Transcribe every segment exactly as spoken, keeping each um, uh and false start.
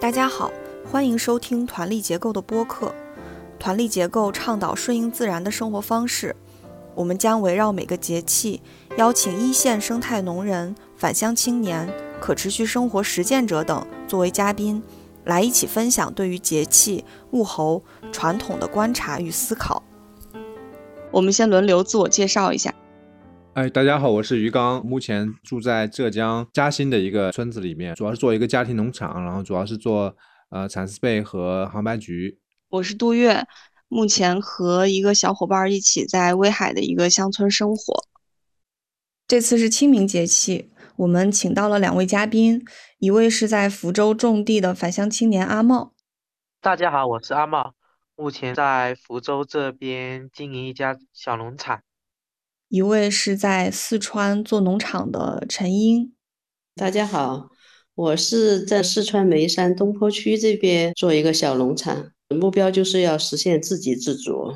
大家好，欢迎收听团力结构的播客。团力结构倡导顺应自然的生活方式，我们将围绕每个节气，邀请一线生态农人、返乡青年、可持续生活实践者等作为嘉宾，来一起分享对于节气、物候、传统的观察与思考。我们先轮流自我介绍一下。 哎，大家好，我是于刚，目前住在浙江嘉兴的一个村子里面，主要是做一个家庭农场，然后主要是做呃蚕丝被和杭白菊。 我是杜月，目前和一个小伙伴一起在威海的一个乡村生活。这次是清明节气，我们请到了两位嘉宾，一位是在福州种地的返乡青年阿茂。 大家好，我是阿茂，目前在福州这边经营一家小农场。 一位是在四川做农场的陈英。 大家好，我是在四川眉山东坡区这边做一个小农场，目标就是要实现自给自足。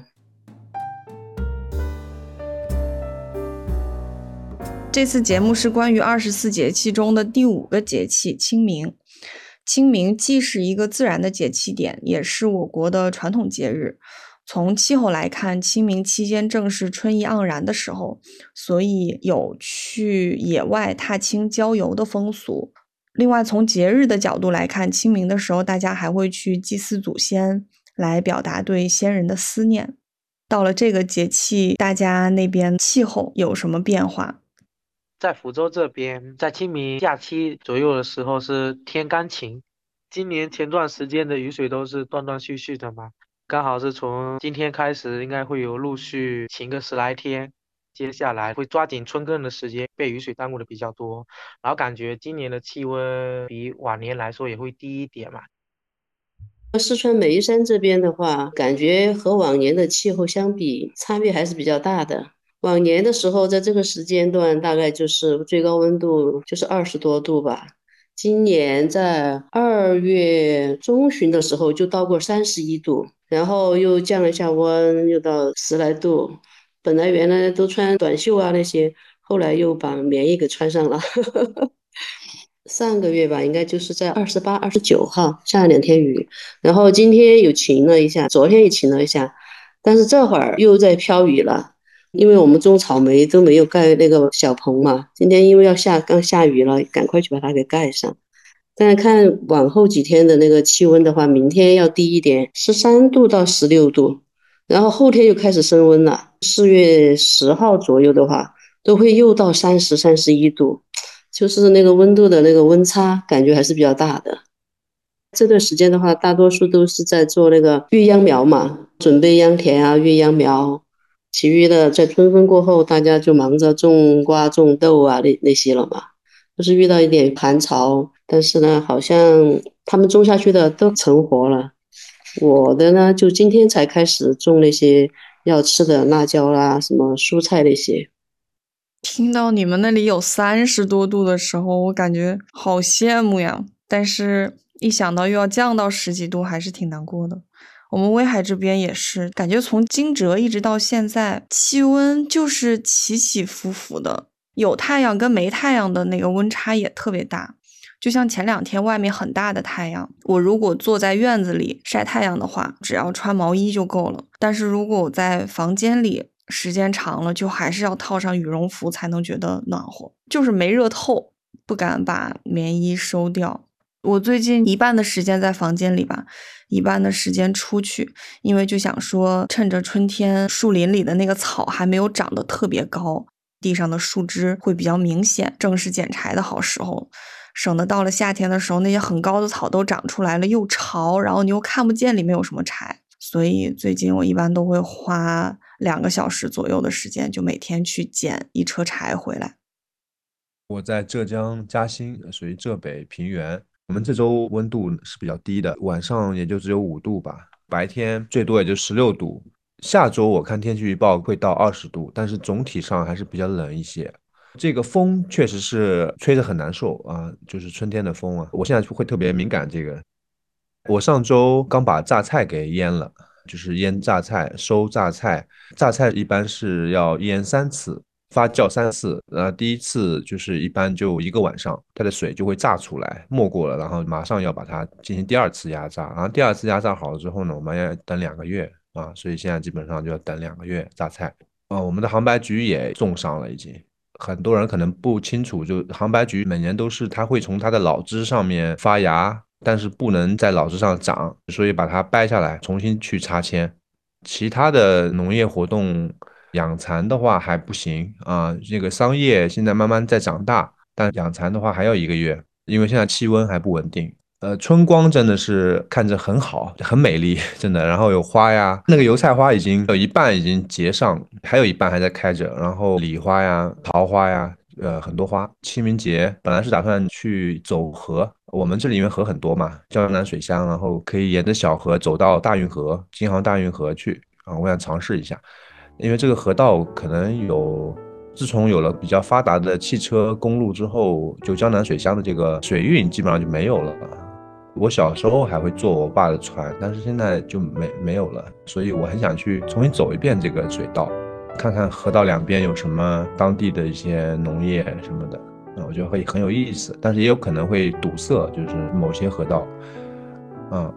这次节目是关于二十四节气中的第五个节气清明。清明既是一个自然的节气点，也是我国的传统节日。从气候来看，清明期间正是春意盎然的时候，所以有去野外踏青郊游的风俗。另外，从节日的角度来看，清明的时候大家还会去祭祀祖先，来表达对先人的思念。到了这个节气，大家那边气候有什么变化？ 在福州这边，在清明假期左右的时候是天干晴，今年前段时间的雨水都是断断续续的嘛，刚好是从今天开始应该会有陆续晴个十来天，接下来会抓紧春耕的时间，被雨水耽误的比较多，然后感觉今年的气温比往年来说也会低一点嘛。 四川眉山这边的话，感觉和往年的气候相比，差别还是比较大的。往年的时候，在这个时间段，大概就是最高温度就是二十多度吧。今年在二月中旬的时候就到过三十一度，然后又降了下温，又到十来度。本来原来都穿短袖啊那些，后来又把棉衣给穿上了。上个月吧，应该就是在二十八、二十九号下了两天雨，然后今天又晴了一下，昨天也晴了一下，但是这会儿又在飘雨了。因为我们种草莓都没有盖那个小棚嘛，今天因为要下刚下雨了，赶快去把它给盖上。但是看往后几天的那个气温的话，明天要低一点，十三度到十六度，然后后天又开始升温了，四月十号左右的话，都会又到三十、三十一度。就是那个温度的那个温差感觉还是比较大的。这段时间的话，大多数都是在做那个育秧苗嘛，准备秧田啊，育秧苗。其余的在春分过后，大家就忙着种瓜、种豆啊那那些了嘛。就是遇到一点寒潮，但是呢，好像他们种下去的都成活了。我的呢，就今天才开始种那些要吃的辣椒啦，什么蔬菜那些。 听到你们那里有三十多度的时候，我感觉好羡慕呀，但是一想到又要降到十几度，还是挺难过的。我们威海这边也是，感觉从惊蛰一直到现在，气温就是起起伏伏的，有太阳跟没太阳的那个温差也特别大。就像前两天外面很大的太阳，我如果坐在院子里晒太阳的话，只要穿毛衣就够了。但是如果我在房间里，时间长了就还是要套上羽绒服才能觉得暖和，就是没热透，不敢把棉衣收掉。我最近一半的时间在房间里吧，一半的时间出去，因为就想说趁着春天树林里的那个草还没有长得特别高，地上的树枝会比较明显，正是捡柴的好时候，省得到了夏天的时候那些很高的草都长出来了又潮，然后你又看不见里面有什么柴。所以最近我一般都会花两个小时左右的时间，就每天去捡一车柴回来。 我在浙江嘉兴，属于浙北平原。我们这周温度是比较低的，晚上也就只有五度吧，白天最多也就十六度。下周我看天气预报会到二十度，但是总体上还是比较冷一些。这个风确实是吹着很难受啊，就是春天的风啊，我现在会特别敏感这个。我上周刚把榨菜给腌了，就是腌榨菜、收榨菜。榨菜一般是要腌三次， 发酵三次，呃，第一次就是一般就一个晚上，它的水就会榨出来，没过了，然后马上要把它进行第二次压榨，然后第二次压榨好了之后呢，我们要等两个月啊，所以现在基本上就要等两个月榨菜。啊，我们的杭白菊也种上了，已经。很多人可能不清楚，就杭白菊每年都是它会从它的老枝上面发芽，但是不能在老枝上长，所以把它掰下来，重新去插签。其他的农业活动，养蚕的话还不行啊。这个桑叶现在慢慢在长大，但养蚕的话还要一个月，因为现在气温还不稳定。呃，春光真的是看着很好，很美丽，真的。然后有花呀，那个油菜花已经有一半已经结上，还有一半还在开着。然后李花呀、桃花呀，呃，很多花。清明节本来是打算去走河，我们这里面河很多嘛，江南水乡，然后可以沿着小河走到大运河、京杭大运河去啊，我想尝试一下，因为这个河道可能有。自从有了比较发达的汽车公路之后，就江南水乡的这个水运基本上就没有了。我小时候还会坐我爸的船，但是现在就没没有了，所以我很想去重新走一遍这个水道，看看河道两边有什么当地的一些农业什么的，我觉得会很有意思，但是也有可能会堵塞，就是某些河道，嗯。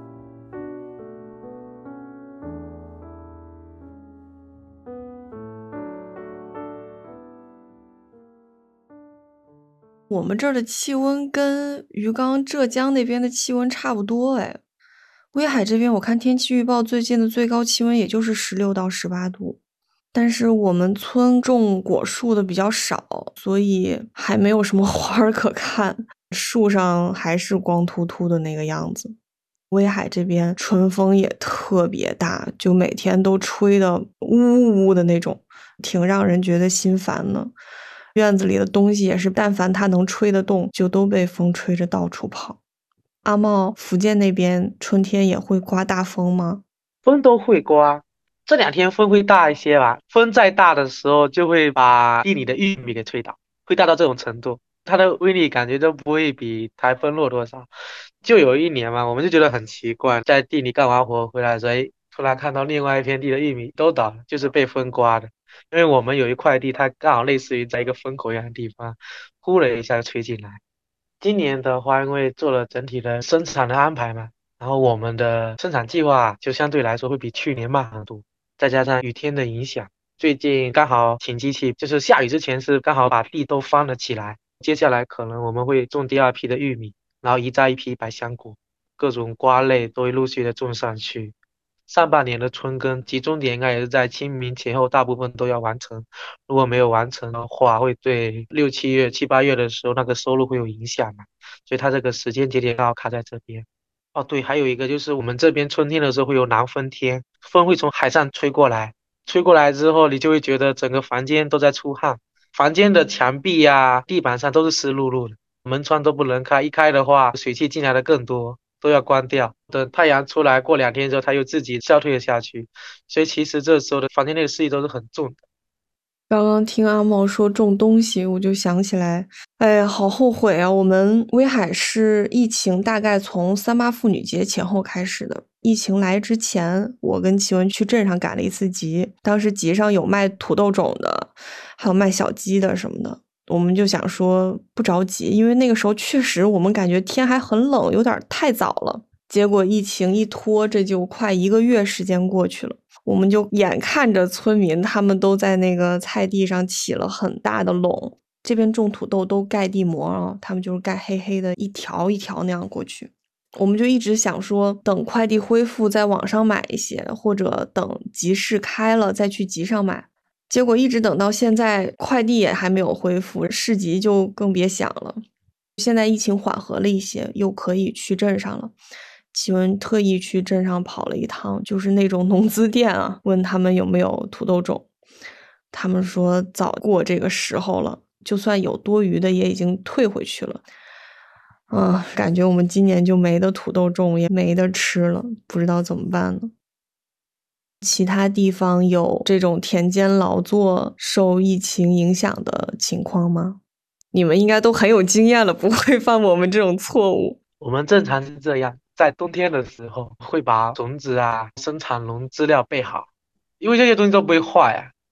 我们这儿的气温跟鱼缸浙江那边的气温差不多哎。威海这边我看天气预报最近的最高气温也就是十六到十八度，但是我们村种果树的比较少，所以还没有什么花儿可看，树上还是光秃秃的那个样子。威海这边春风也特别大，就每天都吹得呜呜的那种，挺让人觉得心烦的。院子里的东西也是，但凡它能吹得动，就都被风吹着到处跑。阿茂，福建那边春天也会刮大风吗？ 风都会刮，这两天风会大一些吧。风再大的时候，就会把地里的玉米给吹倒，会大到这种程度。它的威力感觉都不会比台风弱多少。就有一年嘛，我们就觉得很奇怪，在地里干完活回来的时候，哎，突然看到另外一片地的玉米都倒了，就是被风刮的。因为我们有一块地，它刚好类似于在一个风口一样的地方，呼了一下就吹进来。今年的话，因为做了整体的生产的安排嘛，然后我们的生产计划就相对来说会比去年慢很多，再加上雨天的影响，最近刚好请机器，就是下雨之前是刚好把地都翻了起来。接下来可能我们会种第二批的玉米，然后移栽一批百香果，各种瓜类都会陆续的种上去。上半年的春耕集中点应该也是在清明前后，大部分都要完成。如果没有完成的话，会对六七月、七八月的时候那个收入会有影响嘛。所以它这个时间节点刚好卡在这边。哦，对，还有一个就是我们这边春天的时候会有南风天，风会从海上吹过来，吹过来之后，你就会觉得整个房间都在出汗，房间的墙壁呀、地板上都是湿漉漉的，门窗都不能开，一开的话水汽进来的更多。都要关掉，等太阳出来过两天之后，它又自己消退了下去。所以其实这时候的房间内的湿气都是很重的。 刚刚听阿茂说种东西，我就想起来，哎呀，好后悔啊！我们威海市疫情大概从三八妇女节前后开始的。疫情来之前，我跟齐文去镇上赶了一次集，当时集上有卖土豆种的，还有卖小鸡的什么的。我们就想说不着急，因为那个时候确实我们感觉天还很冷，有点太早了。结果疫情一拖，这就快一个月时间过去了，我们就眼看着村民他们都在那个菜地上起了很大的垄，这边种土豆都盖地膜啊，他们就是盖黑黑的一条一条那样过去。我们就一直想说等快递恢复在网上买一些，或者等集市开了再去集上买。结果一直等到现在，快递也还没有恢复，市集就更别想了。现在疫情缓和了一些，又可以去镇上了。启文特意去镇上跑了一趟，就是那种农资店啊，问他们有没有土豆种。他们说早过这个时候了，就算有多余的也已经退回去了。啊，感觉我们今年就没得土豆种，也没得吃了，不知道怎么办呢。其他地方有这种田间劳作受疫情影响的情况吗？你们应该都很有经验了，不会犯我们这种错误。 我们正常是这样，在冬天的时候会把种子啊、生产农资料备好，因为这些东西都不会坏啊。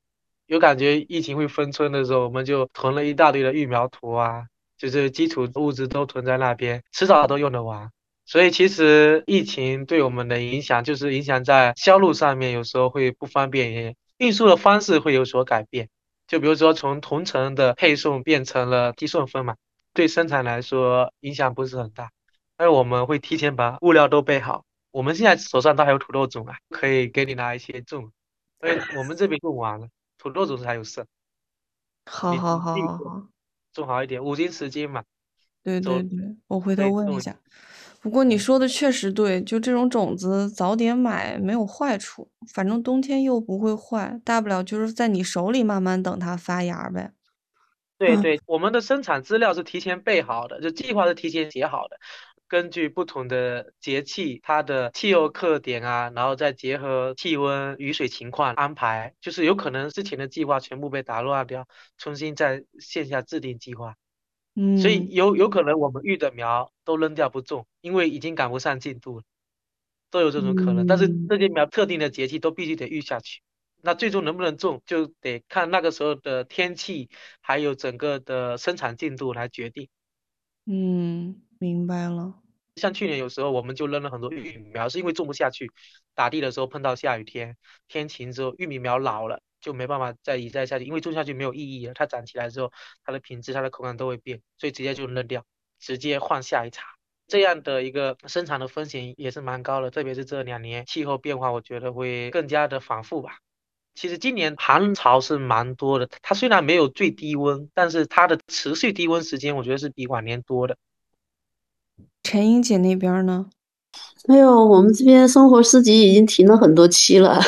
有感觉疫情会封村的时候，我们就囤了一大堆的育苗图啊，就是基础物资都囤在那边，迟早都用得完。所以其实疫情对我们的影响，就是影响在销路上面，有时候会不方便，运输的方式会有所改变。就比如说从同城的配送变成了寄顺丰嘛，对生产来说影响不是很大，但是我们会提前把物料都备好。我们现在手上都还有土豆种啊，可以给你拿一些种，所以我们这边种完了，土豆种子还有剩，你好好好你自己好好， 种好一点，五斤十斤嘛，走对对对，我回头可以种一点。 问一下。不过你嗯， 说的确实对，就这种种子早点买没有坏处，反正冬天又不会坏，大不了就是在你手里慢慢等它发芽呗。嗯对对，我们的生产资料是提前备好的，就计划是提前写好的，根据不同的节气，它的气候特点啊，然后再结合气温、雨水情况安排，就是有可能之前的计划全部被打乱掉，重新在线下制定计划。所以嗯有有可能我们育的苗都扔掉不种，因为已经赶不上进度了，都有这种可能。但是嗯这些苗特定的节气都必须得育下去，那最终能不能种，就得看那个时候的天气，还有整个的生产进度来决定。 嗯，明白了。 像去年有时候我们就扔了很多玉米苗，是因为种不下去，打地的时候碰到下雨天，天晴之后玉米苗老了，就没办法再移栽下去，因为种下去没有意义了。它长起来之后，它的品质、它的口感都会变，所以直接就扔掉，直接换下一茬。这样的一个生产的风险也是蛮高的，特别是这两年气候变化，我觉得会更加的反复吧。其实今年寒潮是蛮多的，它虽然没有最低温，但是它的持续低温时间，我觉得是比往年多的。 陈英姐那边呢？ 没有，我们这边生活市集已经停了很多期了。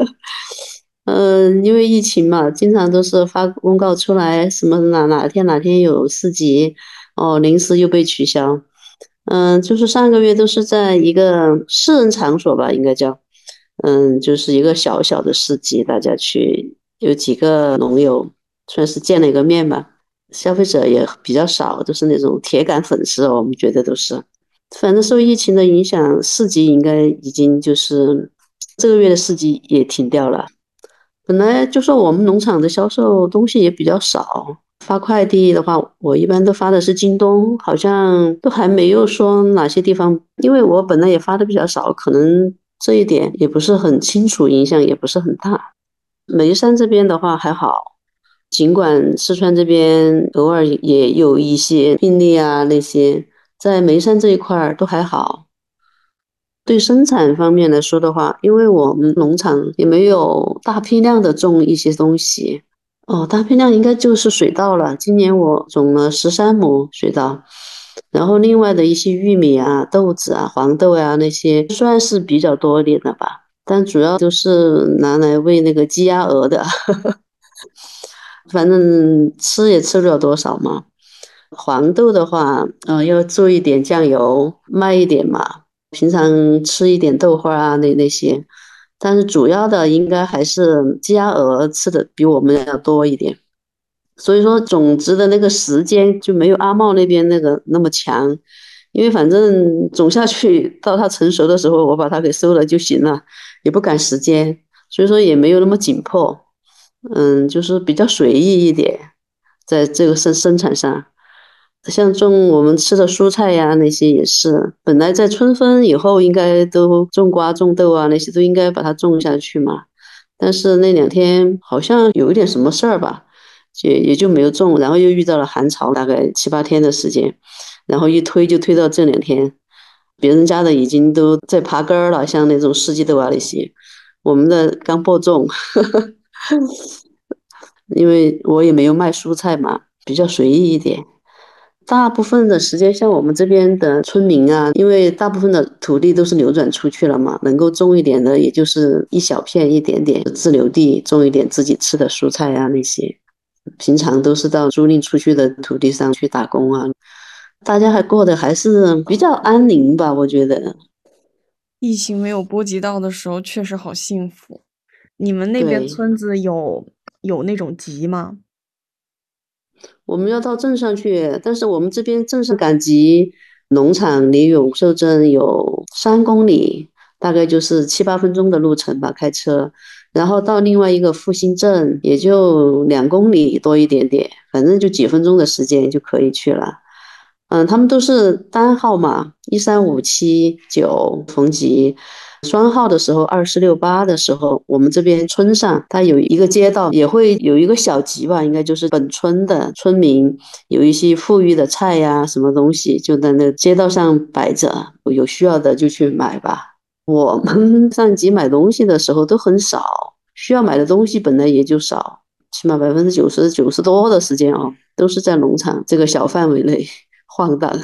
嗯，因为疫情嘛，经常都是发公告出来，什么哪哪天哪天有市集，哦，临时又被取消。嗯，就是上个月都是在一个私人场所吧，应该叫，嗯，就是一个小小的市集，大家去，有几个农友算是见了一个面吧，消费者也比较少，都是那种铁杆粉丝哦，我们觉得都是。反正受疫情的影响，市集应该已经就是这个月的市集也停掉了。本来就说我们农场的销售东西也比较少，发快递的话，我一般都发的是京东，好像都还没有说哪些地方，因为我本来也发的比较少，可能这一点也不是很清楚，影响也不是很大。眉山这边的话还好，尽管四川这边偶尔也有一些病例啊，那些在眉山这一块儿都还好。对生产方面来说的话，因为我们农场也没有大批量的种一些东西，哦，大批量应该就是水稻了。今年我种了十三亩水稻，然后另外的一些玉米啊、豆子啊、黄豆啊那些算是比较多一点的吧，但主要都是拿来喂那个鸡鸭鹅的，反正吃也吃不了多少嘛。黄豆的话，呃，要做一点酱油，卖一点嘛。平常吃一点豆花啊，那那些，但是主要的应该还是鸡鸭鹅吃的比我们要多一点。所以说种植的那个时间就没有阿茂那边那个那么强，因为反正种下去到它成熟的时候，我把它给收了就行了，也不赶时间，所以说也没有那么紧迫，嗯，就是比较随意一点，在这个生生产上。像种我们吃的蔬菜呀，那些也是，本来在春分以后应该都种瓜种豆啊，那些都应该把它种下去嘛。但是那两天好像有一点什么事儿吧，也也就没有种，然后又遇到了寒潮，大概七八天的时间，然后一推就推到这两天，别人家的已经都在爬根儿了，像那种四季豆啊那些，我们的刚播种，因为我也没有卖蔬菜嘛，比较随意一点。大部分的时间，像我们这边的村民啊，因为大部分的土地都是流转出去了嘛，能够种一点的，也就是一小片一点点自留地，种一点自己吃的蔬菜啊那些。平常都是到租赁出去的土地上去打工啊，大家还过得还是比较安宁吧，我觉得。 疫情没有波及到的时候，确实好幸福。你们那边对， 村子有有那种集吗？ 我们要到镇上去，但是我们这边镇上赶集农场离永寿镇有三公里，大概就是七八分钟的路程吧，开车。 然后到另外一个复兴镇，也就两公里多一点点，反正就几分钟的时间就可以去了。嗯，他们都是单号嘛，一三五七九逢集。双号的时候，二四六八的时候，我们这边村上它有一个街道，也会有一个小集吧，应该就是本村的村民有一些富裕的菜呀、什么东西，就在那街道上摆着，有需要的就去买吧。我们上集买东西的时候都很少，需要买的东西本来也就少，起码百分之九十九十多的时间哦，都是在农场这个小范围内晃荡。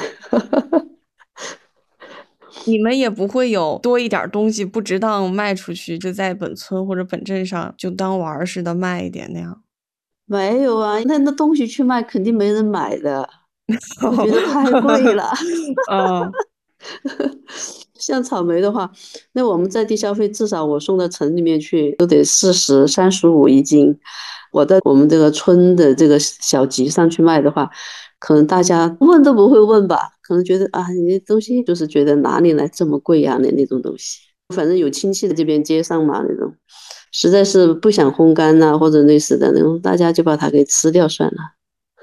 你们也不会有多一点东西不值当卖出去，就在本村或者本镇上就当玩似的卖一点那样。 没有啊，那那东西去卖肯定没人买的，我觉得太贵了。 嗯， 像草莓的话，那我们在地消费，至少我送到城里面去都得四十、三十五一斤。我在我们这个村的这个小集上去卖的话，可能大家问都不会问吧，可能觉得啊，你的东西就是觉得哪里来这么贵呀、那那种东西。反正有亲戚的这边街上嘛，那种实在是不想烘干呐、或者类似的那种，大家就把它给吃掉算了。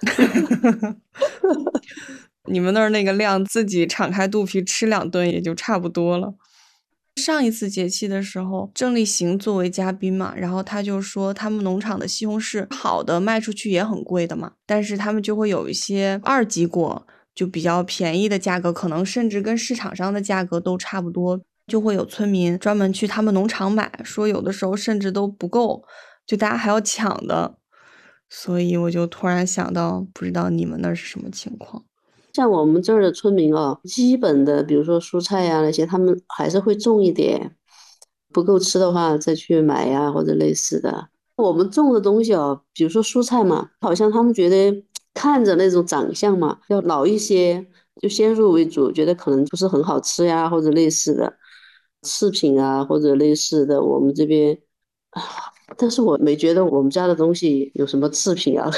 你们那儿那个量，自己敞开肚皮吃两顿也就差不多了。上一次节气的时候，郑立行作为嘉宾嘛，然后他就说他们农场的西红柿好的卖出去也很贵的嘛，但是他们就会有一些二级果，就比较便宜的价格，可能甚至跟市场上的价格都差不多，就会有村民专门去他们农场买，说有的时候甚至都不够，就大家还要抢的。所以我就突然想到，不知道你们那儿是什么情况。 像我们这儿的村民哦，基本的，比如说蔬菜呀、那些，他们还是会种一点，不够吃的话再去买呀、或者类似的。我们种的东西哦，比如说蔬菜嘛，好像他们觉得看着那种长相嘛，要老一些，就先入为主，觉得可能不是很好吃呀，或者类似的次品啊，或者类似的。我们这边，啊但是我没觉得我们家的东西有什么次品啊。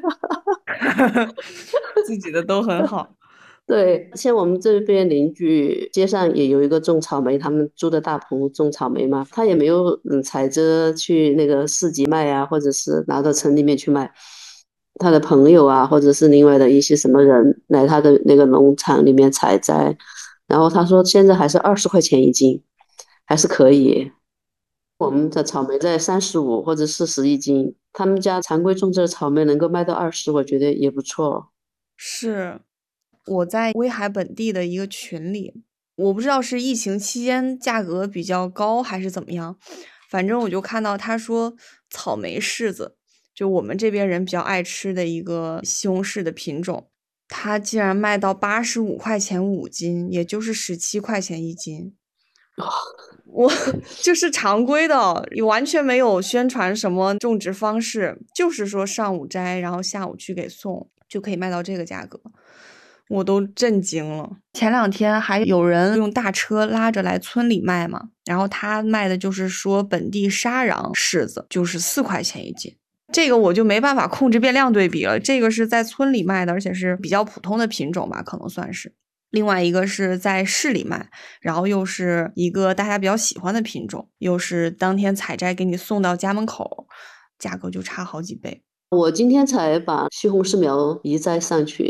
自己的都很好。 对，像我们这边邻居街上也有一个种草莓，他们租的大棚种草莓嘛，他也没有嗯采着去那个市集卖啊，或者是拿到城里面去卖。他的朋友啊，或者是另外的一些什么人来他的那个农场里面采摘，然后他说现在还是二十块钱一斤，还是可以。我们的草莓在三十五或者四十一斤，他们家常规种这的草莓能够卖到二十，我觉得也不错。 是我在威海本地的一个群里，我不知道是疫情期间价格比较高还是怎么样，反正我就看到他说草莓柿子，就我们这边人比较爱吃的一个西红柿的品种，它竟然卖到八十五块钱五斤，也就是十七块钱一斤。我就是常规的，完全没有宣传什么种植方式，就是说上午摘，然后下午去给送，就可以卖到这个价格，我都震惊了。前两天还有人用大车拉着来村里卖嘛，然后他卖的就是说本地沙瓤柿子，就是四块钱一斤。这个我就没办法控制变量对比了，这个是在村里卖的，而且是比较普通的品种吧，可能算是。另外一个是在市里卖，然后又是一个大家比较喜欢的品种，又是当天采摘给你送到家门口，价格就差好几倍。 我今天才把西红柿苗移栽上去。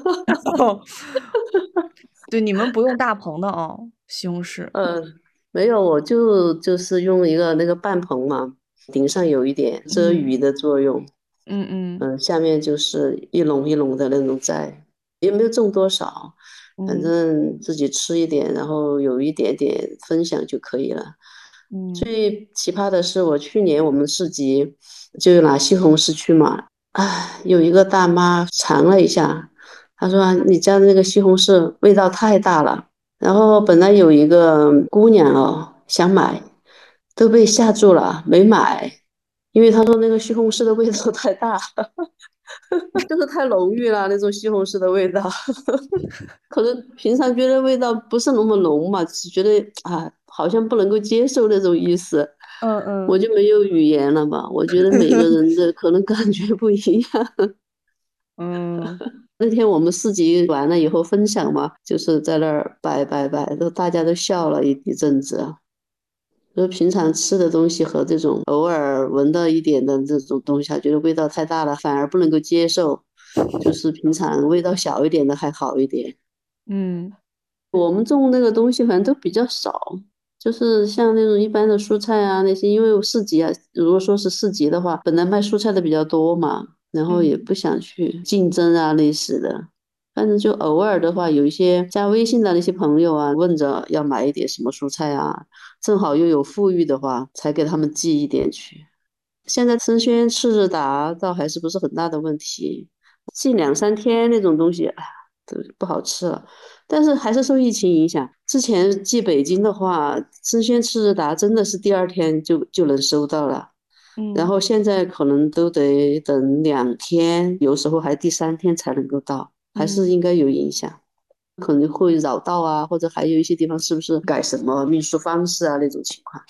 对，你们不用大棚的哦，西红柿。 呃，没有，我就就是用一个那个半棚嘛，顶上有一点遮雨的作用， 嗯嗯嗯、下面就是一垄一垄的那种栽，也没有种多少，反嗯正自己吃一点，然后有一点点分享就可以了。 嗯最奇葩的是，我去年我们市集就拿西红柿去嘛，唉，有一个大妈尝了一下，她说啊你家的那个西红柿味道太大了。然后本来有一个姑娘哦想买，都被吓住了，没买，因为她说那个西红柿的味道太大，就是太浓郁了那种西红柿的味道，可能平常觉得味道不是那么浓嘛，只觉得啊好像不能够接受那种意思， 嗯嗯我就没有语言了吧。我觉得每个人的可能感觉不一样。 嗯， 那天我们市集完了以后分享嘛，就是在那儿摆摆摆，都大家都笑了一一阵子啊。 就是平常吃的东西和这种偶尔闻到一点的这种东西，他觉得味道太大了，反而不能够接受。就是平常味道小一点的还好一点。 嗯， 我们种那个东西反正都比较少，就是像那种一般的蔬菜啊那些，因为市集啊，如果说是市集的话，本来卖蔬菜的比较多嘛，然后也不想去竞争啊类似的。反正就偶尔的话，有一些加微信的那些朋友啊，问着要买一点什么蔬菜啊，正好又有富裕的话，才给他们寄一点去。现在生鲜次日达倒还是不是很大的问题，寄两三天那种东西，哎呀，都不好吃了。但是还是受疫情影响，之前寄北京的话，生鲜次日达真的是第二天就就能收到了。然后现在可能都得等两天，有时候还第三天才能够到，还是应该有影响，可能会绕道啊，或者还有一些地方是不是改什么运输方式啊那种情况。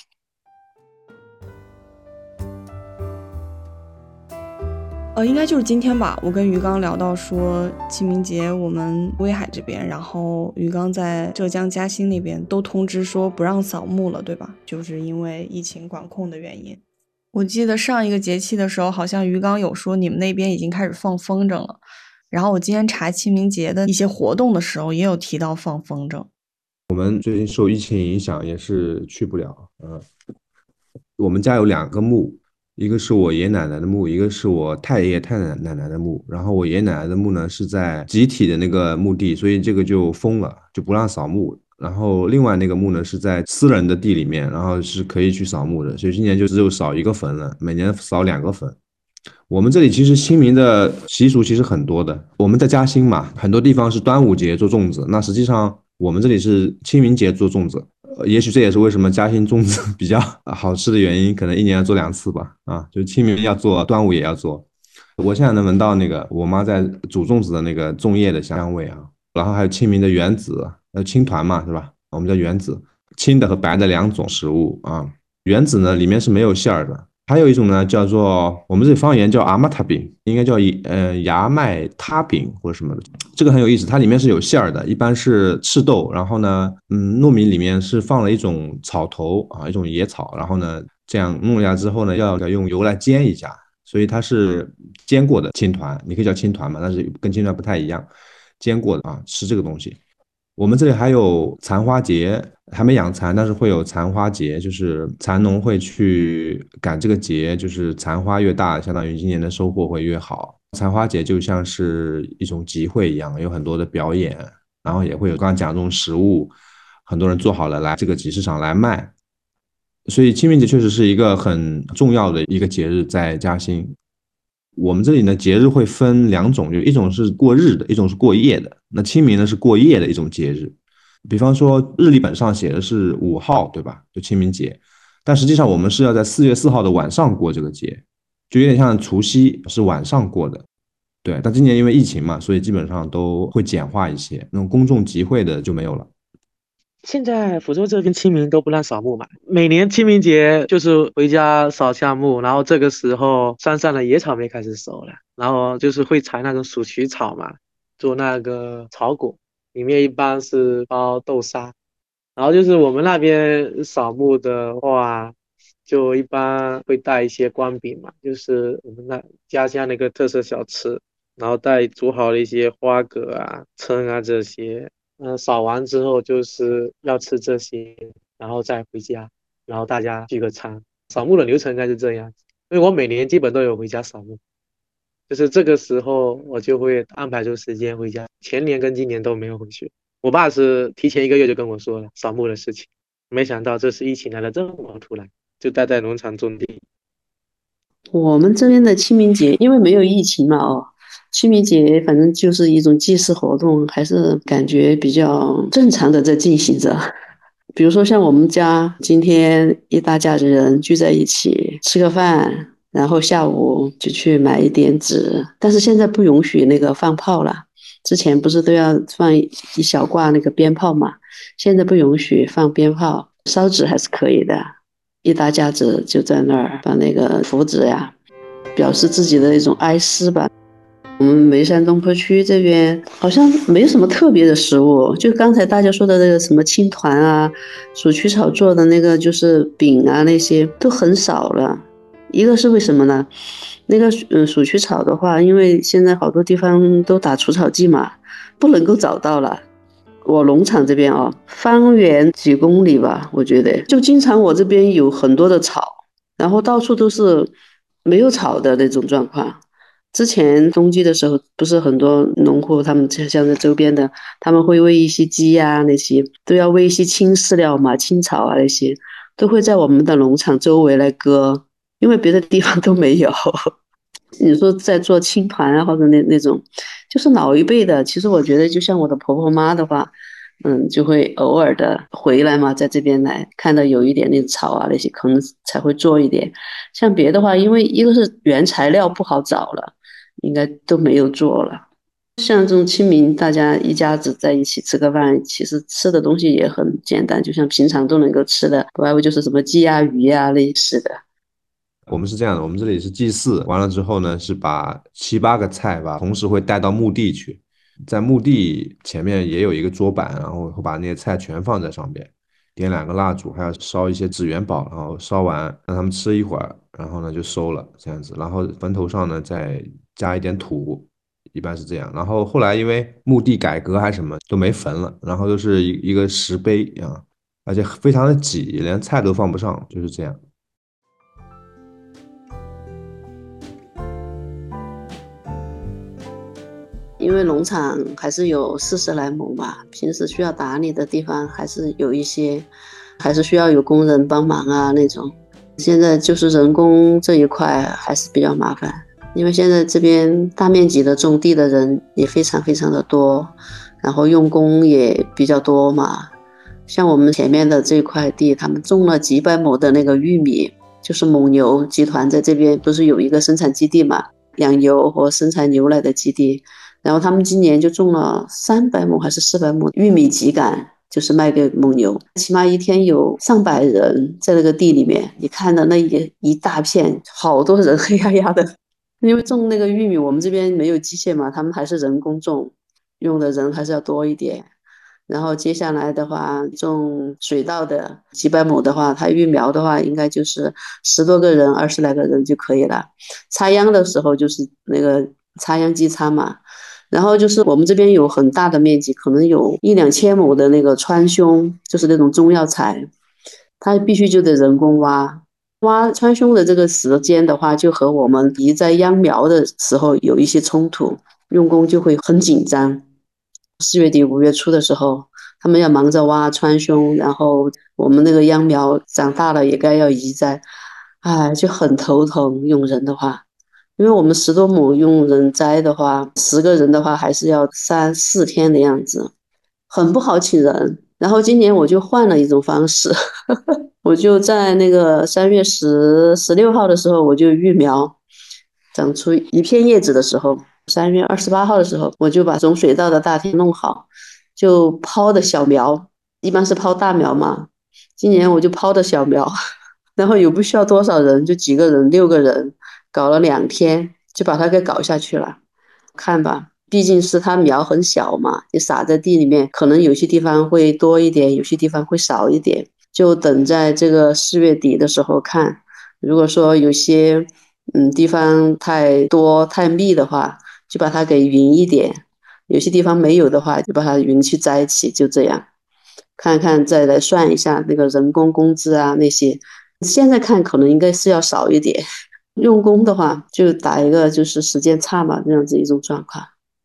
呃，应该就是今天吧。我跟于刚聊到说，清明节我们威海这边，然后于刚在浙江嘉兴那边都通知说不让扫墓了，对吧？就是因为疫情管控的原因。我记得上一个节气的时候，好像于刚有说你们那边已经开始放风筝了。然后我今天查清明节的一些活动的时候，也有提到放风筝。 我们最近受疫情影响，也是去不了。嗯，我们家有两个墓，一个是我爷爷奶奶的墓，一个是我太爷爷太奶奶的墓。然后我爷爷奶奶的墓呢是在集体的那个墓地，所以这个就封了，就不让扫墓。然后另外那个墓呢是在私人的地里面，然后是可以去扫墓的，所以今年就只有扫一个坟了，每年扫两个坟。我们这里其实清明的习俗其实很多的，我们在嘉兴嘛，很多地方是端午节做粽子，那实际上我们这里是清明节做粽子，呃，也许这也是为什么嘉兴粽子比较好吃的原因，可能一年要做两次吧，啊，就清明要做，端午也要做。我现在能闻到那个我妈在煮粽子的那个粽叶的香味啊，然后还有清明的圆子，还有青团嘛，是吧？我们叫圆子，青的和白的两种食物啊。圆子呢里面是没有馅儿的，还有一种呢叫做我们这里方言叫阿玛塔饼，应该叫呃芽麦塌饼或者什么的，这个很有意思，它里面是有馅儿的，一般是赤豆，然后呢，嗯，糯米里面是放了一种草头啊，一种野草，然后呢这样弄下之后呢，要要用油来煎一下。所以它是煎过的青团，你可以叫青团嘛，但是跟青团不太一样，煎过的啊，吃这个东西。我们这里还有蚕花节，还没养蚕，但是会有蚕花节，就是蚕农会去赶这个节，就是蚕花越大，相当于今年的收获会越好。蚕花节就像是一种集会一样，有很多的表演，然后也会有刚刚讲这种食物，很多人做好了来这个集市上来卖。所以清明节确实是一个很重要的一个节日，在嘉兴。我们这里呢，节日会分两种，就一种是过日的，一种是过夜的。那清明呢是过夜的一种节日，比方说日历本上写的是五号，对吧？就清明节，但实际上我们是要在四月四号的晚上过这个节，就有点像除夕是晚上过的。对，但今年因为疫情嘛，所以基本上都会简化一些，那种公众集会的就没有了。 现在福州这边清明都不让扫墓嘛，每年清明节就是回家扫下墓，然后这个时候山上的野草莓开始熟了，然后就是会采那种鼠曲草嘛，做那个草果，里面一般是包豆沙。然后就是我们那边扫墓的话，就一般会带一些光饼嘛，就是我们那家乡那个特色小吃，然后带煮好的一些花蛤啊、蛏啊这些。嗯，扫完之后就是要吃这些，然后再回家，然后大家聚个餐。扫墓的流程应该是这样，因为我每年基本都有回家扫墓，就是这个时候我就会安排出时间回家。前年跟今年都没有回去，我爸是提前一个月就跟我说了扫墓的事情，没想到这次疫情来的这么突然，就待在农场种地。 我们这边的清明节，因为没有疫情嘛，哦，清明节反正就是一种祭祀活动，还是感觉比较正常的在进行着。比如说像我们家今天一大家子人聚在一起吃个饭，然后下午就去买一点纸，但是现在不允许那个放炮了。之前不是都要放一小挂那个鞭炮嘛，现在不允许放鞭炮，烧纸还是可以的。一大家子就在那儿把那个符纸呀，表示自己的一种哀思吧。 我们眉山东坡区这边好像没什么特别的食物，就刚才大家说的那个什么青团啊、鼠曲草做的那个就是饼啊，那些都很少了。一个是为什么呢？那个嗯鼠曲草的话，因为现在好多地方都打除草剂嘛，不能够找到了。我农场这边啊，方圆几公里吧，我觉得就经常我这边有很多的草，然后到处都是没有草的那种状况。之前冬季的时候，不是很多农户他们像在周边的，他们会喂一些鸡呀、那些都要喂一些青饲料嘛，青草啊那些都会在我们的农场周围来割，因为别的地方都没有。你说在做青团啊，或者那那种，就是老一辈的。其实我觉得，就像我的婆婆妈的话，嗯，就会偶尔的回来嘛，在这边来看到有一点那草啊那些，可能才会做一点。像别的话，因为一个是原材料不好找了，应该都没有做了。像这种清明，大家一家子在一起吃个饭，其实吃的东西也很简单，就像平常都能够吃的，不外乎就是什么鸡呀、鱼呀类似的。 我们是这样的，我们这里是祭祀，完了之后呢，是把七八个菜吧，同时会带到墓地去，在墓地前面也有一个桌板，然后会把那些菜全放在上边，点两个蜡烛，还要烧一些纸元宝，然后烧完让他们吃一会儿，然后呢就收了这样子，然后坟头上呢再加一点土，一般是这样。然后后来因为墓地改革还是什么都没坟了，然后都是一一个石碑啊，而且非常的挤，连菜都放不上，就是这样。 因为农场还是有四十来亩吧，平时需要打理的地方还是有一些，还是需要有工人帮忙啊那种。现在就是人工这一块还是比较麻烦，因为现在这边大面积的种地的人也非常非常的多，然后用工也比较多嘛。像我们前面的这块地，他们种了几百亩的那个玉米，就是蒙牛集团在这边不是有一个生产基地嘛，养牛和生产牛奶的基地。然后他们今年就种了三百亩还是四百亩玉米秸秆，就是卖给蒙牛，起码一天有上百人在那个地里面，你看的那一一大片，好多人黑压压的。因为种那个玉米，我们这边没有机械嘛，他们还是人工种，用的人还是要多一点。然后接下来的话，种水稻的几百亩的话，它育苗的话，应该就是十多个人、二十来个人就可以了。插秧的时候就是那个插秧机插嘛。然后就是我们这边有很大的面积，可能有一两千亩的那个川芎，就是那种中药材，它必须就得人工挖。挖川芎的这个时间的话，就和我们移栽秧苗的时候有一些冲突，用工就会很紧张。四月底五月初的时候，他们要忙着挖川芎，然后我们那个秧苗长大了也该要移栽，哎，就很头疼。用人的话，因为我们十多亩用人栽的话，十个人的话还是要三四天的样子，很不好请人。然后今年我就换了一种方式，我就在那个三月十十六号的时候，我就育苗，长出一片叶子的时候，三月二十八号的时候，我就把种水稻的大田弄好，就抛的小苗，一般是抛大苗嘛，今年我就抛的小苗，然后也不需要多少人，就几个人，六个人，搞了两天就把它给搞下去了。看吧，毕竟是它苗很小嘛，你撒在地里面，可能有些地方会多一点，有些地方会少一点，就等在这个四月底的时候看。如果说有些嗯地方太多太密的话，就把它给匀一点；有些地方没有的话，就把它匀去在一起，就这样。看看再来算一下那个人工工资啊那些，现在看可能应该是要少一点。用工的话，就打一个就是时间差嘛，这样子一种状况。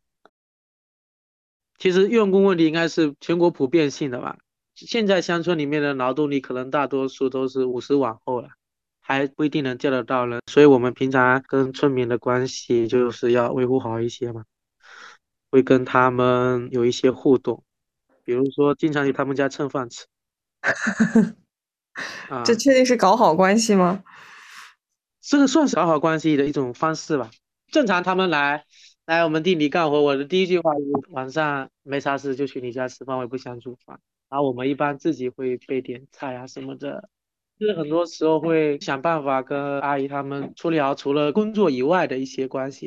其实用工问题应该是全国普遍性的吧。现在乡村里面的劳动力可能大多数都是五十往后了，还不一定能叫得到人，所以我们平常跟村民的关系就是要维护好一些嘛，会跟他们有一些互动，比如说经常去他们家蹭饭吃。啊， 这确定是搞好关系吗？ 这个算是搞好关系的一种方式吧。正常他们来来我们地里干活，我的第一句话就是晚上没啥事就去你家吃饭，我也不想煮饭。然后我们一般自己会备点菜啊什么的，就是很多时候会想办法跟阿姨他们处理好除了工作以外的一些关系吧。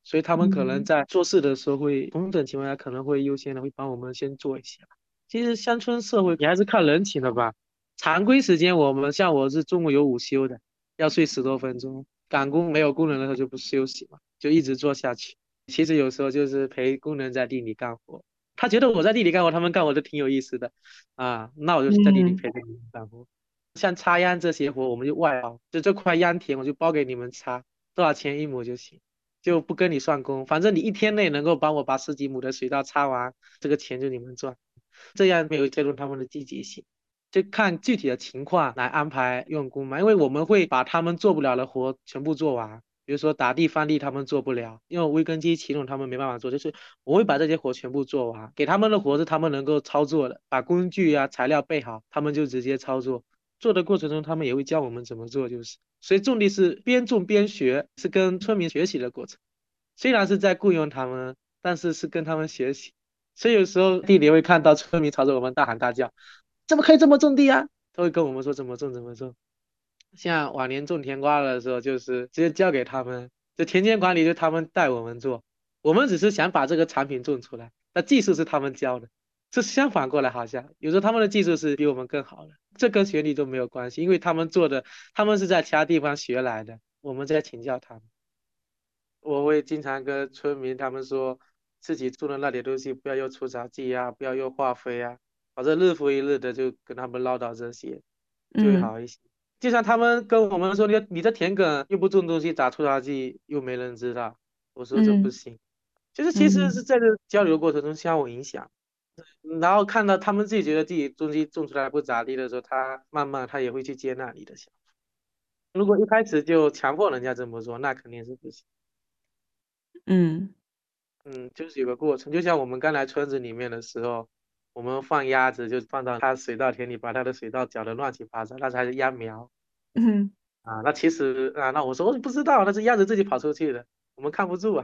所以他们可能嗯在做事的时候会同等情况下可能会优先的会帮我们先做一下。其实乡村社会你还是看人情的吧。常规时间我们像我是中午有午休的，要睡十多分钟，赶工没有工人的时候就不休息嘛，就一直做下去。其实有时候就是陪工人在地里干活，他觉得我在地里干活，他们干活都挺有意思的啊，那我就在地里嗯陪着你们干活。像插秧这些活，我们就外包，就这块秧田我就包给你们插，多少钱一亩就行，就不跟你算工，反正你一天内能够帮我把十几亩的水稻插完，这个钱就你们赚。这样没有介入他们的积极性，就看具体的情况来安排用工嘛，因为我们会把他们做不了的活全部做完。比如说打地翻地他们做不了，因为微耕机启动他们没办法做，就是我会把这些活全部做完，给他们的活是他们能够操作的，把工具啊材料备好，他们就直接操作。做的过程中他们也会教我们怎么做，就是所以种地是边种边学，是跟村民学习的过程。虽然是在雇佣他们，但是是跟他们学习。所以有时候地里会看到村民朝着我们大喊大叫，怎么可以这么种地啊？他会跟我们说怎么种怎么种。像往年种甜瓜的时候，就是直接交给他们，就田间管理就他们带我们做，我们只是想把这个产品种出来，那技术是他们教的，是相反过来好像有时候他们的技术是比我们更好的，这跟学历都没有关系，因为他们做的，他们是在其他地方学来的，我们在请教他们。我会经常跟村民他们说，自己种的那点东西不要用除草剂啊，不要用化肥啊，反正日复一日的就跟他们唠叨这些，就会嗯好一些。就像他们跟我们说，你你的田埂又不种东西，打除草剂又没人知道，我说这不嗯行。就是其实是嗯在这交流过程中相互影响，然后看到他们自己觉得自己东西种出来不咋地的时候，他慢慢他也会去接纳你的想法。如果一开始就强迫人家这么做，那肯定是不行。 嗯嗯，就是有个过程，就像我们刚来村子里面的时候，我们放鸭子就放到它水稻田里，把它的水稻搅得乱七八糟，那才是秧苗嗯啊。那其实啊，那我说我不知道，那是鸭子自己跑出去的，我们看不住啊。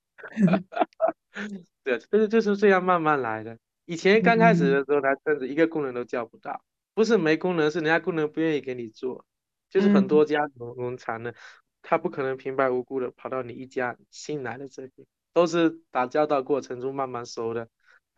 对，就是就是这样慢慢来的。以前刚开始的嗯时候，来村子一个工人都叫不到，不是没工人，是人家工人不愿意给你做，就是很嗯多家农农场呢，他不可能平白无故的跑到你一家新来的这边，都是打交道过程中慢慢熟的。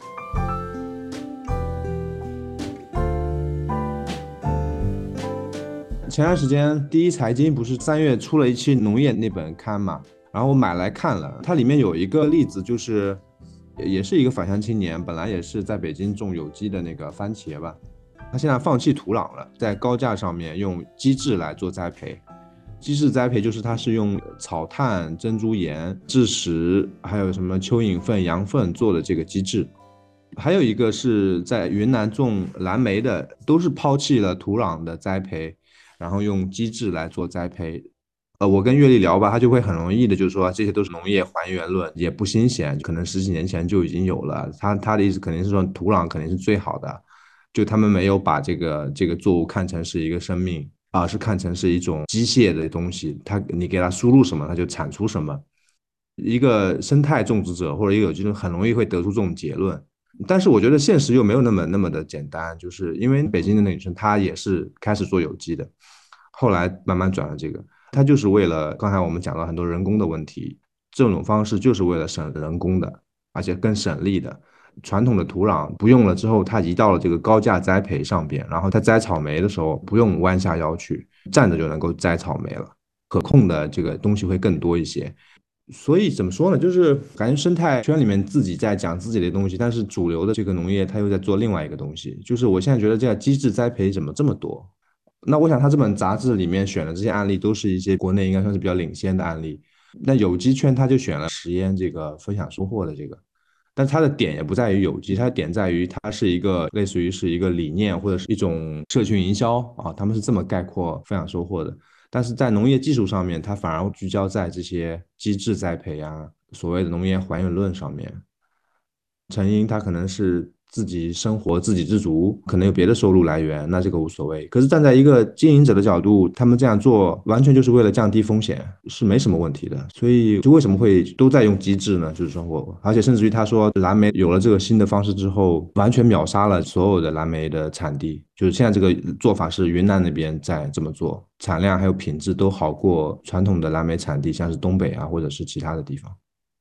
前段时间第一财经不是三月出了一期农业那本刊嘛，然后我买来看了，它里面有一个例子，就是也是一个返乡青年，本来也是在北京种有机的那个番茄吧，他现在放弃土壤了，在高架上面用机制来做栽培。机制栽培就是它是用草炭、珍珠岩、蛭石，还有什么蚯蚓粪、羊粪做的这个机制。还有一个是在云南种蓝莓的，都是抛弃了土壤的栽培，然后用机制来做栽培。呃，我跟岳丽聊吧，他就会很容易的，就是说这些都是农业还原论，也不新鲜，可能十几年前就已经有了。他他的意思肯定是说土壤肯定是最好的，就他们没有把这个这个作物看成是一个生命，而是看成是一种机械的东西，它你给它输入什么，它就产出什么。一个生态种植者或者一个有机人很容易会得出这种结论。但是我觉得现实又没有那么那么的简单，就是因为北京的那女生她也是开始做有机的，后来慢慢转了这个，她就是为了刚才我们讲到很多人工的问题，这种方式就是为了省人工的，而且更省力的。传统的土壤不用了之后，它移到了这个高架栽培上边，然后它摘草莓的时候不用弯下腰去，站着就能够摘草莓了，可控的这个东西会更多一些。所以怎么说呢，就是感觉生态圈里面自己在讲自己的东西，但是主流的这个农业它又在做另外一个东西。就是我现在觉得这个机制栽培怎么这么多？那我想他这本杂志里面选的这些案例都是一些国内应该算是比较领先的案例。那有机圈他就选了食烟这个分享收获的这个，但它的点也不在于有机，它的点在于它是一个类似于是一个理念或者是一种社群营销啊，他们是这么概括分享收获的。但是在农业技术上面，它反而聚焦在这些机制栽培啊，所谓的农业还原论上面。成因他可能是自己生活自给自足，可能有别的收入来源，那这个无所谓。可是站在一个经营者的角度，他们这样做完全就是为了降低风险，是没什么问题的。所以就为什么会都在用机制呢？就是说我，而且甚至于他说蓝莓有了这个新的方式之后，完全秒杀了所有的蓝莓的产地。就是现在这个做法是云南那边在这么做，产量还有品质都好过传统的蓝莓产地，像是东北啊或者是其他的地方。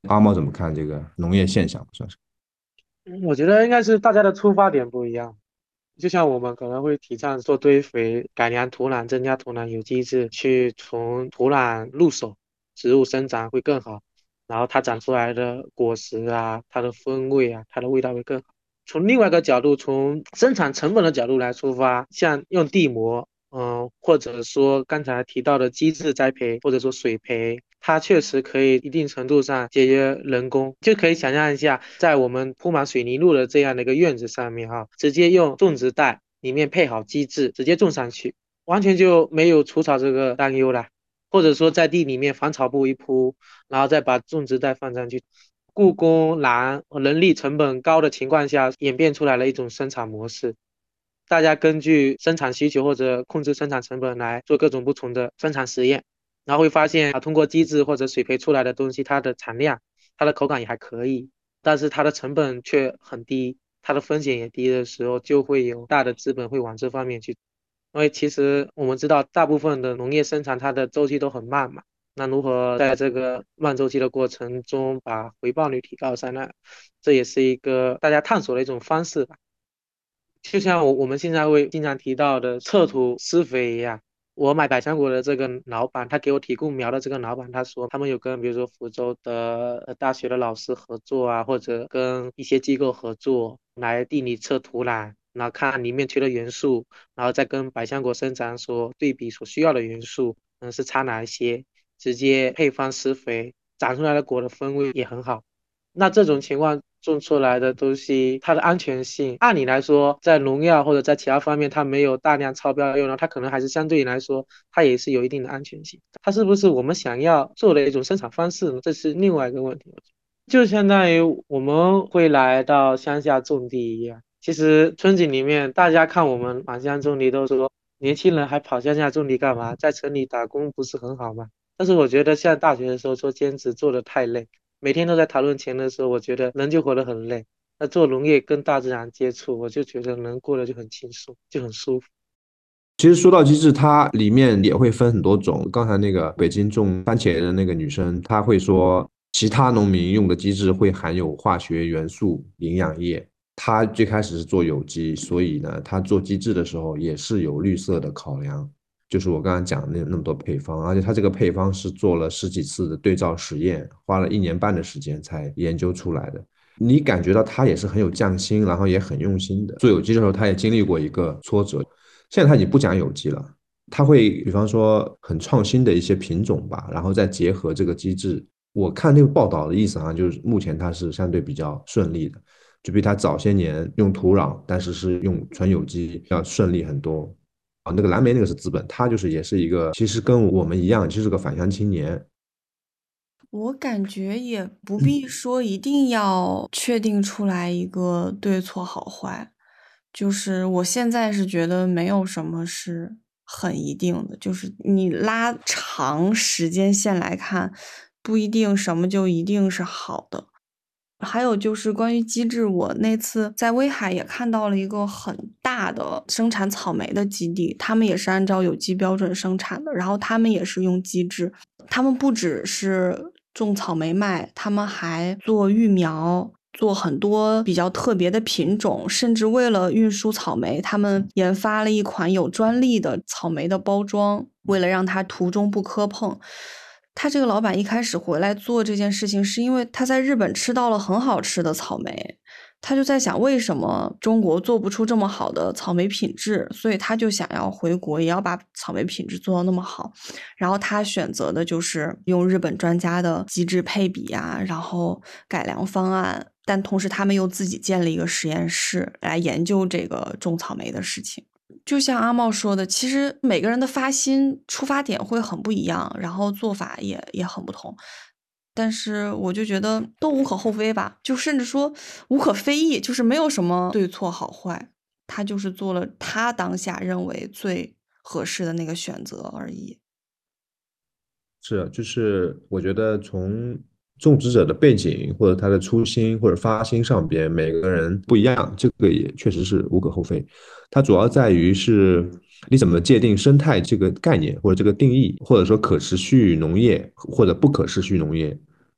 阿猫怎么看这个农业现象？算是嗯我觉得应该是大家的出发点不一样。就像我们可能会提倡做堆肥、改良土壤、增加土壤有机质，去从土壤入手，植物生长会更好，然后它长出来的果实啊，它的风味啊，它的味道会更好。从另外一个角度，从生产成本的角度来出发，像用地膜，嗯，或者说刚才提到的机制栽培，或者说水培，它确实可以一定程度上节约人工。就可以想象一下，在我们铺满水泥路的这样的一个院子上面哈，直接用种植袋里面配好机制，直接种上去，完全就没有除草这个担忧了。或者说在地里面防草布一铺，然后再把种植袋放上去。雇工难、人力成本高的情况下，演变出来了一种生产模式。大家根据生产需求或者控制生产成本来做各种不同的生产实验，然后会发现啊，通过机制或者水培出来的东西，它的产量、它的口感也还可以，但是它的成本却很低，它的风险也低的时候，就会有大的资本会往这方面去。因为其实我们知道，大部分的农业生产它的周期都很慢嘛，那如何在这个慢周期的过程中把回报率提高上来，这也是一个大家探索的一种方式吧。就像我我们现在会经常提到的测土施肥一样，我买百香果的这个老板，他给我提供苗的这个老板，他说他们有跟比如说福州的呃大学的老师合作啊，或者跟一些机构合作，来地里测土壤，然后看里面缺的元素，然后再跟百香果生长所对比所需要的元素，嗯是差哪一些，直接配方施肥，长出来的果的风味也很好。那这种情况种出来的东西，它的安全性，按理来说，在农药或者在其他方面，它没有大量超标用量，它可能还是相对来说，它也是有一定的安全性。它是不是我们想要做的一种生产方式呢？这是另外一个问题。就相当于我们会来到乡下种地一样。其实村子里面，大家看我们返乡种地都说，年轻人还跑乡下种地干嘛？在城里打工不是很好吗？但是我觉得像大学的时候做兼职做的太累。每天都在讨论钱的时候，我觉得人就活得很累。那做农业跟大自然接触，我就觉得人过得就很轻松，就很舒服。 其实说到机制，它里面也会分很多种。刚才那个北京种番茄的那个女生，她会说，其他农民用的机制会含有化学元素、营养液。她最开始是做有机，所以呢，她做机制的时候也是有绿色的考量。就是我刚刚讲的那那么多配方，而且她这个配方是做了十几次的对照实验，花了一年半的时间才研究出来的。你感觉到她也是很有匠心，然后也很用心的。做有机的时候，她也经历过一个挫折。现在他已经不讲有机了，他会比方说很创新的一些品种吧，然后再结合这个机制。我看那个报道的意思好像就是目前它是相对比较顺利的，就比他早些年用土壤，但是是用纯有机要顺利很多。啊，那个蓝莓那个是资本，他就是也是一个，其实跟我们一样，就是个返乡青年。 我感觉也不必说一定要确定出来一个对错好坏，就是我现在是觉得没有什么是很一定的，就是你拉长时间线来看，不一定什么就一定是好的。还有就是关于机制，我那次在威海也看到了一个很大的生产草莓的基地，他们也是按照有机标准生产的，然后他们也是用机制，他们不只是种草莓卖，他们还做育苗，做很多比较特别的品种，甚至为了运输草莓，他们研发了一款有专利的草莓的包装，为了让它途中不磕碰。他这个老板一开始回来做这件事情，是因为他在日本吃到了很好吃的草莓，他就在想为什么中国做不出这么好的草莓品质，所以他就想要回国，也要把草莓品质做到那么好。然后他选择的就是用日本专家的机制配比啊，然后改良方案，但同时他们又自己建了一个实验室来研究这个种草莓的事情。就像阿茂说的，其实每个人的发心出发点会很不一样，然后做法也也很不同。但是我就觉得都无可厚非吧，就甚至说无可非议，就是没有什么对错好坏，他就是做了他当下认为最合适的那个选择而已。 是，就是我觉得从种植者的背景或者他的初心或者发心上边，每个人不一样，这个也确实是无可厚非。它主要在于是你怎么界定生态这个概念或者这个定义，或者说可持续农业或者不可持续农业，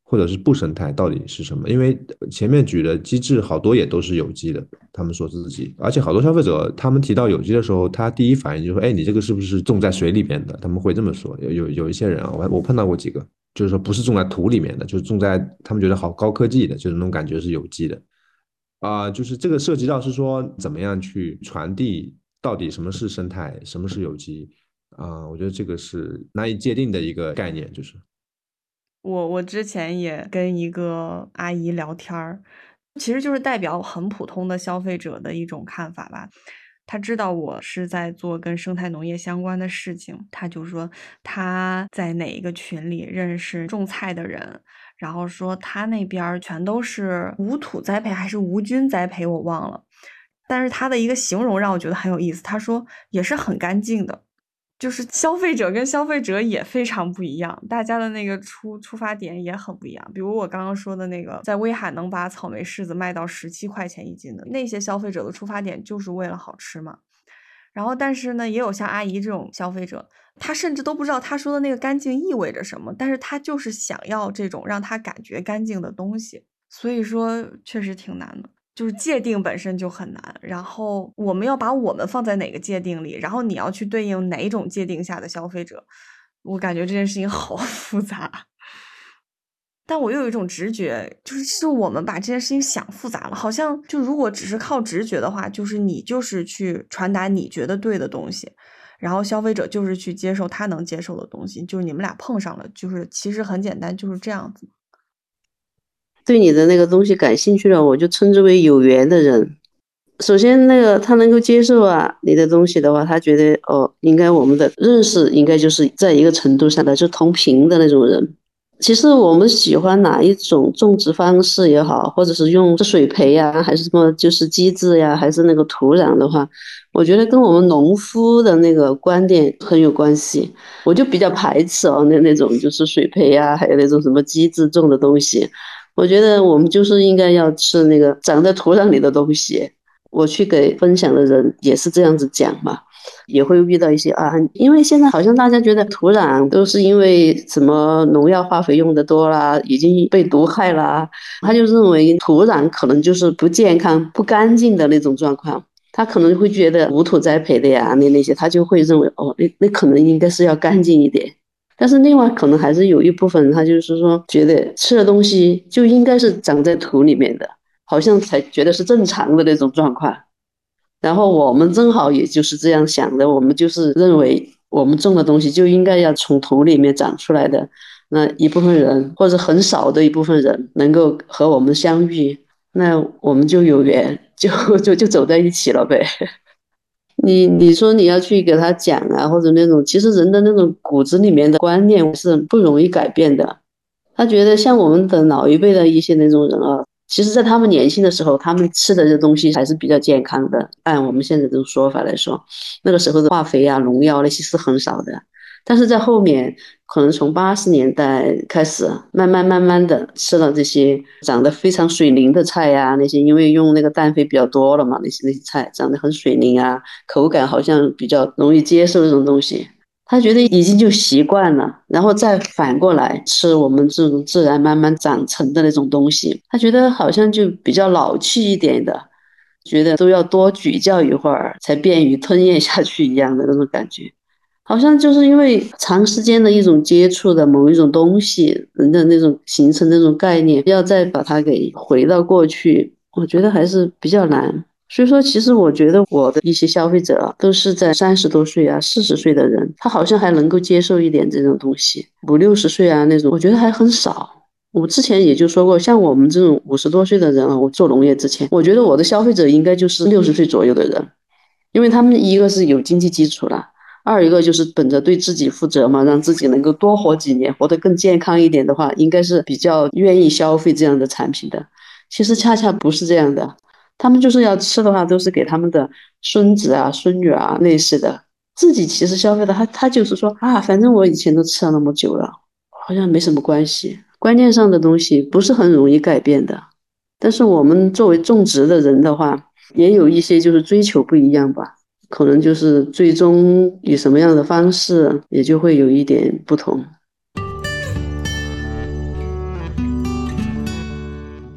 或者是不生态到底是什么？因为前面举的机制好多也都是有机的，他们说自己，而且好多消费者他们提到有机的时候，他第一反应就说，哎，你这个是不是种在水里边的？他们会这么说。有有有一些人啊，我我碰到过几个，就是说不是种在土里面的，就是种在他们觉得好高科技的，就是那种感觉是有机的。啊、呃就是这个涉及到是说怎么样去传递到底什么是生态，什么是有机啊、呃我觉得这个是难以界定的一个概念，就是。 我我之前也跟一个阿姨聊天儿，其实就是代表很普通的消费者的一种看法吧。她知道我是在做跟生态农业相关的事情，她就说她在哪一个群里认识种菜的人，然后说他那边全都是无土栽培还是无菌栽培，我忘了。但是他的一个形容让我觉得很有意思，他说也是很干净的。就是消费者跟消费者也非常不一样，大家的那个出出发点也很不一样。比如我刚刚说的那个，在威海能把草莓柿子卖到十七块钱一斤的那些消费者的出发点就是为了好吃嘛。然后但是呢，也有像阿姨这种消费者，他甚至都不知道他说的那个干净意味着什么，但是他就是想要这种让他感觉干净的东西。所以说确实挺难的。就是界定本身就很难，然后我们要把我们放在哪个界定里，然后你要去对应哪种界定下的消费者，我感觉这件事情好复杂。但我又有一种直觉，就是是我们把这件事情想复杂了，好像就如果只是靠直觉的话，就是你就是去传达你觉得对的东西，然后消费者就是去接受他能接受的东西，就是你们俩碰上了，就是其实很简单，就是这样子。 对你的那个东西感兴趣了，我就称之为有缘的人。首先，那个他能够接受啊你的东西的话，他觉得哦，应该我们的认识应该就是在一个程度上的，就同频的那种人。其实我们喜欢哪一种种植方式也好，或者是用水培呀，还是什么就是机制呀，还是那个土壤的话，我觉得跟我们农夫的那个观点很有关系。我就比较排斥哦，那那种就是水培呀，还有那种什么机制种的东西。我觉得我们就是应该要吃那个长在土壤里的东西。我去给分享的人也是这样子讲嘛，也会遇到一些啊，因为现在好像大家觉得土壤都是因为什么农药化肥用的多啦，已经被毒害啦，他就认为土壤可能就是不健康、不干净的那种状况，他可能会觉得无土栽培的呀，那那些他就会认为哦，那那可能应该是要干净一点。但是另外可能还是有一部分人，他就是说觉得吃的东西就应该是长在土里面的，好像才觉得是正常的那种状况。然后我们正好也就是这样想的，我们就是认为我们种的东西就应该要从土里面长出来的。那一部分人或者很少的一部分人能够和我们相遇，那我们就有缘，就就就走在一起了呗。你你说你要去给他讲啊，或者那种，其实人的那种骨子里面的观念是不容易改变的。他觉得像我们的老一辈的一些那种人啊，其实在他们年轻的时候，他们吃的这东西还是比较健康的。按我们现在这种说法来说，那个时候的化肥啊、农药那些是很少的。但是在后面，可能从八十年代开始，慢慢慢慢的吃了这些长得非常水灵的菜呀、啊，那些因为用那个氮肥比较多了嘛，那些那些菜长得很水灵啊，口感好像比较容易接受这种东西。他觉得已经就习惯了，然后再反过来吃我们这种自然慢慢长成的那种东西，他觉得好像就比较老气一点的，觉得都要多咀嚼一会儿才便于吞咽下去一样的那种感觉。好像就是因为长时间的一种接触的某一种东西，人的那种形成那种概念，要再把它给回到过去，我觉得还是比较难。所以说，其实我觉得我的一些消费者都是在三十多岁啊、四十岁的人，他好像还能够接受一点这种东西。五六十岁啊那种，我觉得还很少。我之前也就说过，像我们这种五十多岁的人啊，我做农业之前，我觉得我的消费者应该就是六十岁左右的人，因为他们一个是有经济基础了，二一个就是本着对自己负责嘛，让自己能够多活几年，活得更健康一点的话，应该是比较愿意消费这样的产品的。其实恰恰不是这样的。他们就是要吃的话，都是给他们的孙子啊、孙女啊类似的。自己其实消费的，他他就是说啊，反正我以前都吃了那么久了，好像没什么关系。观念上的东西不是很容易改变的。但是我们作为种植的人的话，也有一些就是追求不一样吧，可能就是最终以什么样的方式，也就会有一点不同。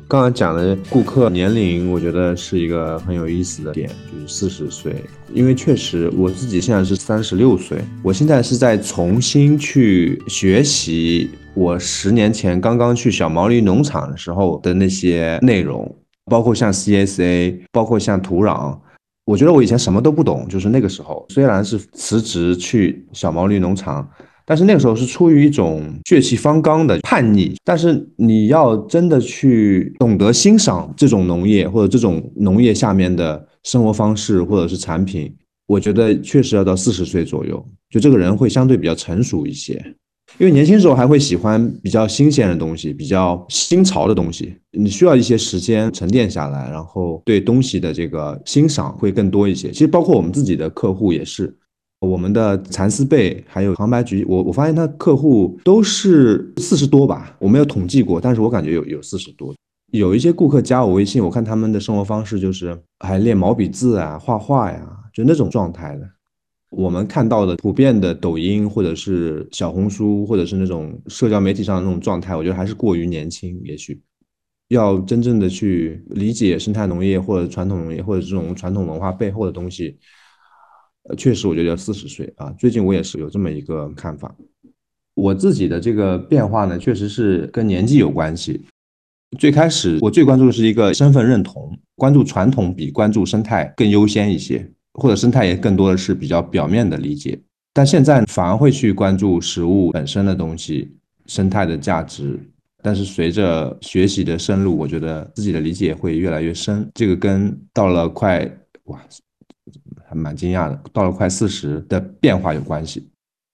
刚刚讲的顾客年龄，我觉得是一个很有意思的点，就是四十岁。因为确实我自己现在是三十六岁，我现在是在重新去学习我十年前刚刚去小毛驴农场的时候的那些内容，包括像 C S A， 包括像土壤。我觉得我以前什么都不懂，就是那个时候虽然是辞职去小毛驴农场，但是那个时候是出于一种血气方刚的叛逆，但是你要真的去懂得欣赏这种农业或者这种农业下面的生活方式或者是产品，我觉得确实要到四十岁左右，就这个人会相对比较成熟一些。因为年轻时候还会喜欢比较新鲜的东西，比较新潮的东西，你需要一些时间沉淀下来，然后对东西的这个欣赏会更多一些。其实包括我们自己的客户也是，我们的蚕丝被还有杭白菊，我我发现他客户都是四十多吧，我没有统计过，但是我感觉有有四十多。有一些顾客加我微信，我看他们的生活方式就是还练毛笔字啊、画画呀，就那种状态的。我们看到的普遍的抖音或者是小红书或者是那种社交媒体上的那种状态，我觉得还是过于年轻。也许要真正的去理解生态农业或者传统农业或者这种传统文化背后的东西，呃，确实我觉得要四十岁啊。最近我也是有这么一个看法。我自己的这个变化呢，确实是跟年纪有关系。最开始我最关注的是一个身份认同，关注传统比关注生态更优先一些，或者生态也更多的是比较表面的理解。但现在反而会去关注食物本身的东西，生态的价值。但是随着学习的深入，我觉得自己的理解会越来越深。这个跟到了快哇，还蛮惊讶的，到了快四十的变化有关系。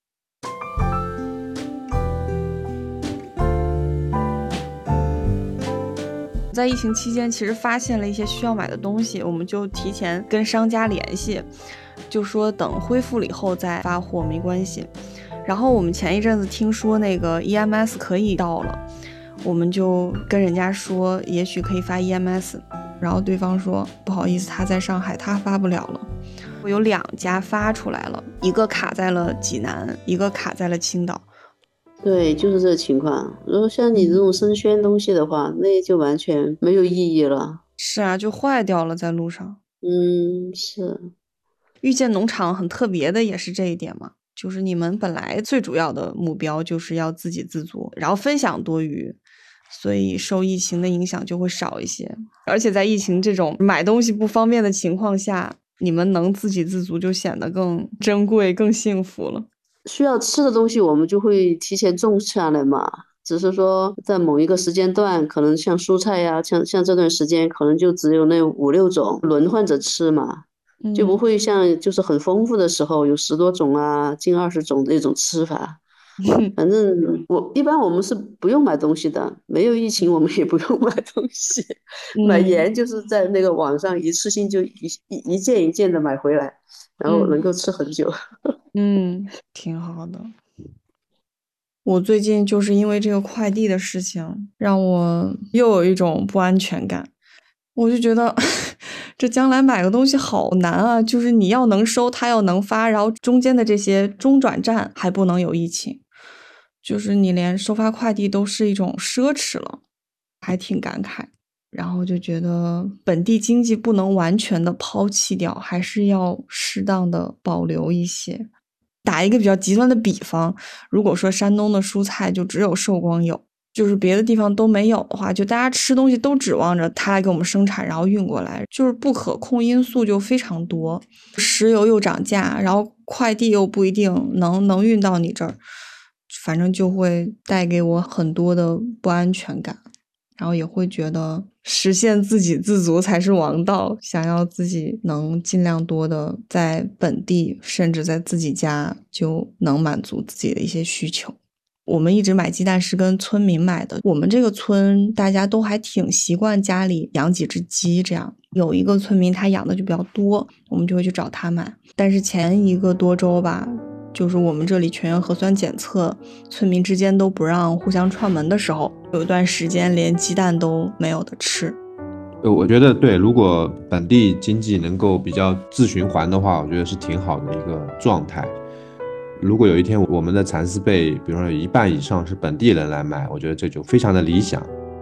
在疫情期间其实发现了一些需要买的东西，我们就提前跟商家联系，就说等恢复了以后再发货没关系。然后我们前一阵子听说那个 E M S 可以到了，我们就跟人家说也许可以发 E M S， 然后对方说不好意思，他在上海，他发不了了。我有两家发出来了，一个卡在了济南，一个卡在了青岛。 对，就是这个情况。如果像你这种生鲜东西的话，那就完全没有意义了。 是啊，就坏掉了在路上。 嗯，是。 遇见农场很特别的也是这一点嘛，就是你们本来最主要的目标就是要自给自足，然后分享多余，所以受疫情的影响就会少一些。而且在疫情这种买东西不方便的情况下，你们能自给自足就显得更珍贵更幸福了。 需要吃的东西我们就会提前种下来嘛，只是说在某一个时间段，可能像蔬菜呀、啊、像像这段时间可能就只有那五六种轮换着吃嘛，就不会像就是很丰富的时候有十多种啊近二十种那种吃法。反正我一般我们是不用买东西的，没有疫情我们也不用买东西。嗯、买盐就是在那个网上一次性就一一一件一件的买回来，然后能够吃很久。 嗯，挺好的。我最近就是因为这个快递的事情，让我又有一种不安全感。我就觉得这将来买个东西好难啊，就是你要能收，它要能发，然后中间的这些中转站还不能有疫情，就是你连收发快递都是一种奢侈了，还挺感慨。然后就觉得本地经济不能完全的抛弃掉，还是要适当的保留一些。打一个比较极端的比方，如果说山东的蔬菜就只有寿光有，就是别的地方都没有的话，就大家吃东西都指望着它来给我们生产，然后运过来，就是不可控因素就非常多。石油又涨价，然后快递又不一定能能运到你这儿，反正就会带给我很多的不安全感，然后也会觉得实现自给自足才是王道，想要自己能尽量多的在本地甚至在自己家就能满足自己的一些需求。我们一直买鸡蛋是跟村民买的，我们这个村大家都还挺习惯家里养几只鸡，这样有一个村民他养的就比较多，我们就会去找他买。但是前一个多周吧，就是我们这里全员核酸检测，村民之间都不让互相串门的时候，有一段时间连鸡蛋都没有得吃。 我觉得对，如果本地经济能够比较自循环的话，我觉得是挺好的一个状态。如果有一天我们的蚕丝被比如说有一半以上是本地人来买，我觉得这就非常的理想。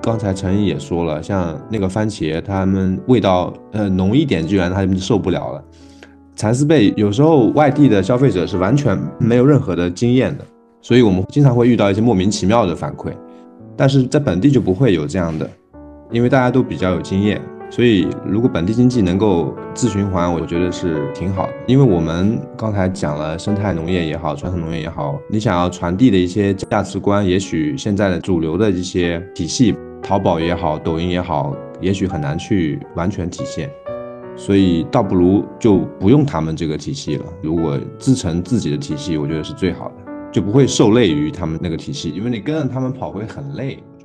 刚才陈毅也说了，像那个番茄，它们味道呃浓一点，居然他们受不了了。蚕丝被有时候外地的消费者是完全没有任何的经验的，所以我们经常会遇到一些莫名其妙的反馈，但是在本地就不会有这样的，因为大家都比较有经验。所以如果本地经济能够自循环，我觉得是挺好的。因为我们刚才讲了生态农业也好，传统农业也好，你想要传递的一些价值观，也许现在的主流的一些体系，淘宝也好，抖音也好，也许很难去完全体现。所以倒不如就不用他们这个体系了，如果自成自己的体系，我觉得是最好的，就不会受累于他们那个体系，因为你跟着他们跑会很累。